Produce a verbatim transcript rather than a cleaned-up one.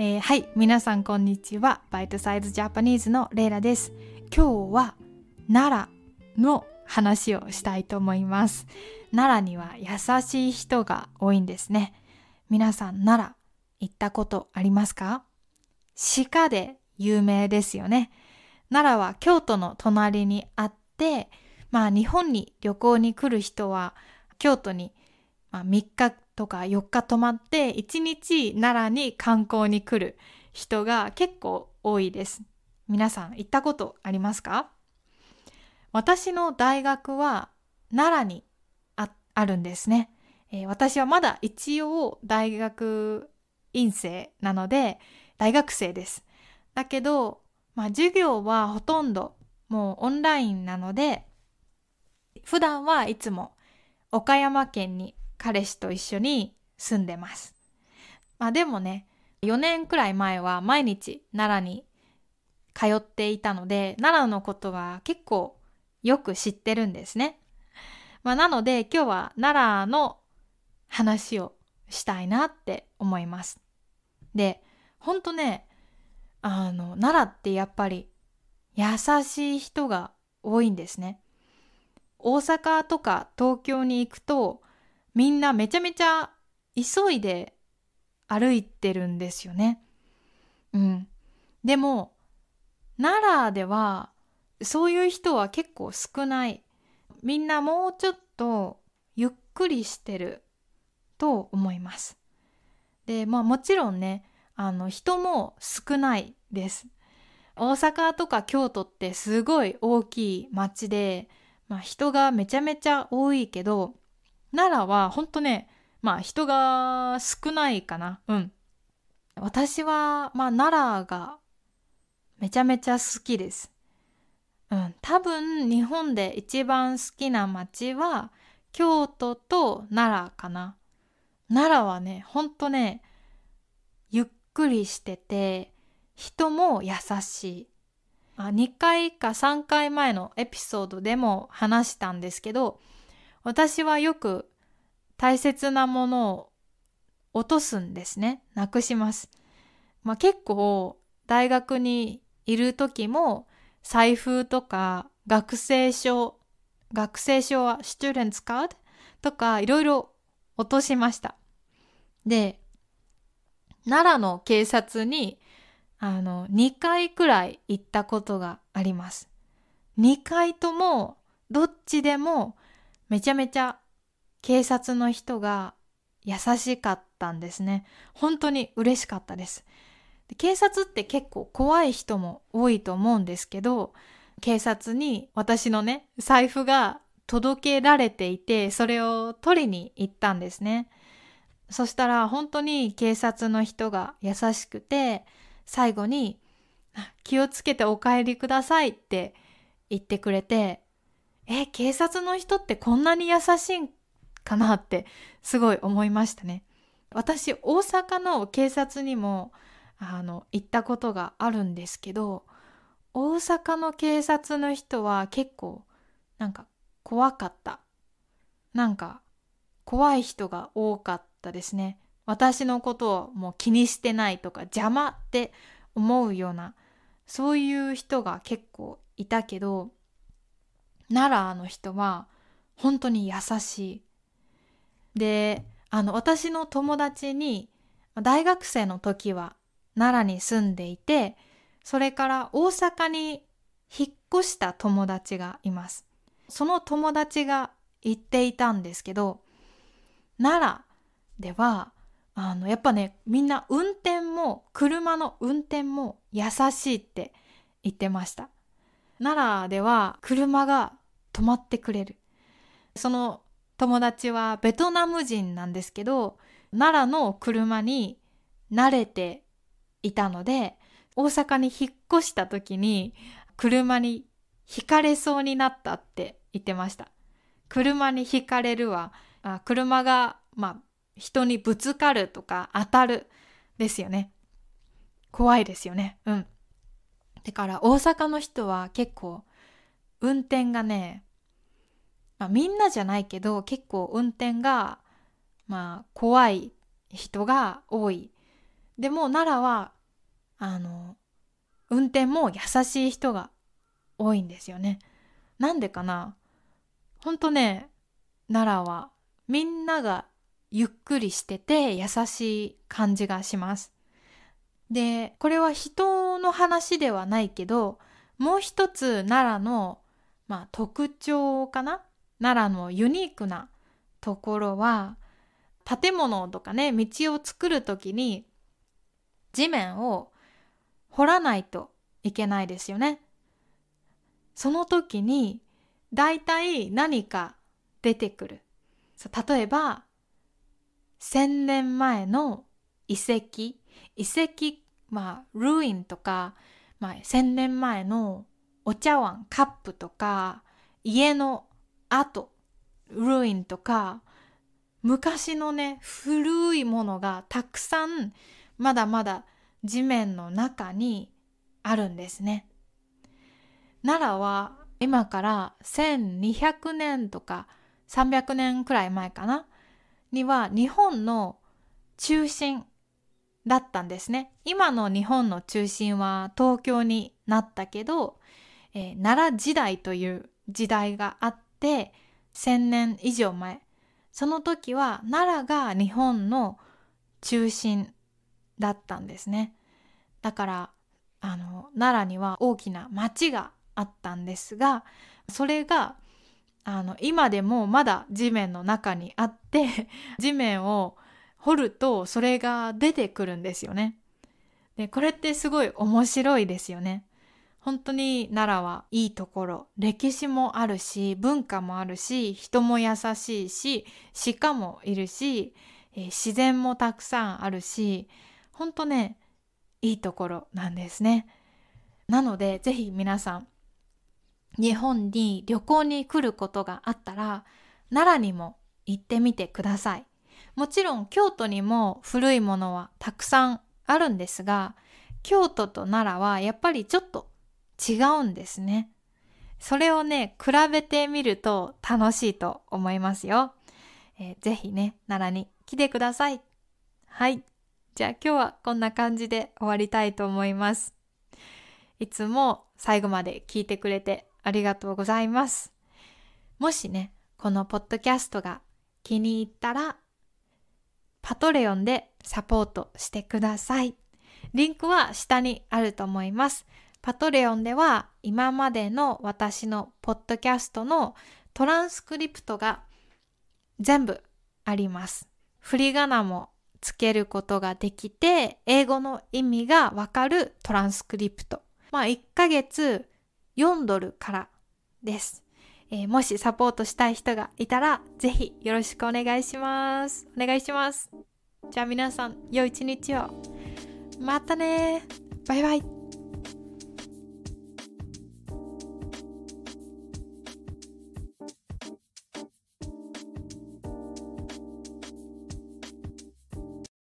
えー、はい、皆さんこんにちは。バイトサイズジャパニーズのレイラです。今日は奈良の話をしたいと思います。奈良には優しい人が多いんですね。皆さん奈良行ったことありますか？鹿で有名ですよね。奈良は京都の隣にあって、まあ日本に旅行に来る人は京都にまあみっかとかよっか泊まっていちにち奈良に観光に来る人が結構多いです。皆さん行ったことありますか？私の大学は奈良に あ, あるんですね、えー、私はまだ一応大学院生なので大学生です。だけど、まあ、授業はほとんどもうオンラインなので、普段はいつも岡山県に彼氏と一緒に住んでます。まあでもね、よねんくらい前は毎日奈良に通っていたので、奈良のことは結構よく知ってるんですね。まあなので今日は奈良の話をしたいなって思います。で、ほんとね、あの、奈良ってやっぱり優しい人が多いんですね。大阪とか東京に行くとみんなめちゃめちゃ急いで歩いてるんですよね。うん。でも奈良ではそういう人は結構少ない。みんなもうちょっとゆっくりしてると思います。で、まあもちろんね、あの人も少ないです。大阪とか京都ってすごい大きい町で、まあ、人がめちゃめちゃ多いけど、奈良はほんとね、まあ人が少ないかな。うん。私は、まあ奈良がめちゃめちゃ好きです。うん。多分日本で一番好きな町は京都と奈良かな。奈良はね、ほんとね、ゆっくりしてて、人も優しい。にかいかさんかいまえのエピソードでも話したんですけど、私はよく大切なものを落とすんですね。なくします。まあ、結構大学にいる時も財布とか学生証、学生証は Students Card とかいろいろ落としました。で、奈良の警察にあのにかいくらい行ったことがあります。にかいともどっちでもめちゃめちゃ警察の人が優しかったんですね。本当に嬉しかったです。で、警察って結構怖い人も多いと思うんですけど、警察に私のね、財布が届けられていて、それを取りに行ったんですね。そしたら本当に警察の人が優しくて、最後に気をつけてお帰りくださいって言ってくれて、え、警察の人ってこんなに優しいんかなってすごい思いましたね。私、大阪の警察にもあの行ったことがあるんですけど、大阪の警察の人は結構なんか怖かった。なんか怖い人が多かったですね。私のことをもう気にしてないとか邪魔って思うような、そういう人が結構いたけど、奈良の人は本当に優しい。で、あの私の友達に大学生の時は奈良に住んでいて、それから大阪に引っ越した友達がいます。その友達が言っていたんですけど、奈良ではあのやっぱね、みんな運転も車の運転も優しいって言ってました。奈良では車が止まってくれる。その友達はベトナム人なんですけど、奈良の車に慣れていたので、大阪に引っ越した時に車にひかれそうになったって言ってました。車にひかれるは、あ、車が、まあ、人にぶつかるとか当たるですよね。怖いですよね。うん。だから大阪の人は結構運転がね、まあ、みんなじゃないけど結構運転がまあ怖い人が多い。 でも奈良はあの運転も優しい人が多いんですよね。なんでかな。ほんとね、奈良はみんながゆっくりしてて優しい感じがします。で、これは人の話ではないけど、もう一つ奈良の、まあ、特徴かな。奈良のユニークなところは、建物とかね、道を作るときに地面を掘らないといけないですよね。その時にだいたい何か出てくる。例えば千年前の遺跡、遺跡、まあルインとか、まあ、千年前のお茶碗、カップとか家の跡、ルインとか昔のね古いものがたくさんまだまだ地面の中にあるんですね。奈良は今からせんにひゃくねんとかさんびゃくねんくらい前かなには日本の中心だったんですね。今の日本の中心は東京になったけど、えー、奈良時代という時代があってせんねん以上前、その時は奈良が日本の中心だったんですね。だからあの奈良には大きな町があったんですが、それがあの今でもまだ地面の中にあって地面を掘るとそれが出てくるんですよね。で、これってすごい面白いですよね。本当に奈良はいいところ、歴史もあるし文化もあるし人も優しいし鹿もいるし、えー、自然もたくさんあるし、本当ねいいところなんですね。なのでぜひ皆さん日本に旅行に来ることがあったら奈良にも行ってみてください。もちろん京都にも古いものはたくさんあるんですが、京都と奈良はやっぱりちょっと違うんですね。それをね比べてみると楽しいと思いますよ。えー、ぜひね奈良に来てください。はい、じゃあ今日はこんな感じで終わりたいと思います。いつも最後まで聞いてくれてありがとうございます。もしねこのポッドキャストが気に入ったらパトレオンでサポートしてください。リンクは下にあると思います。パトレオンでは今までの私のポッドキャストのトランスクリプトが全部あります。振り仮名もつけることができて、英語の意味がわかるトランスクリプト。まあいっかげつよんドルからです。えー、もしサポートしたい人がいたらぜひよろしくお願いします。お願いします。じゃあ皆さん良い一日を。またね。バイバイ。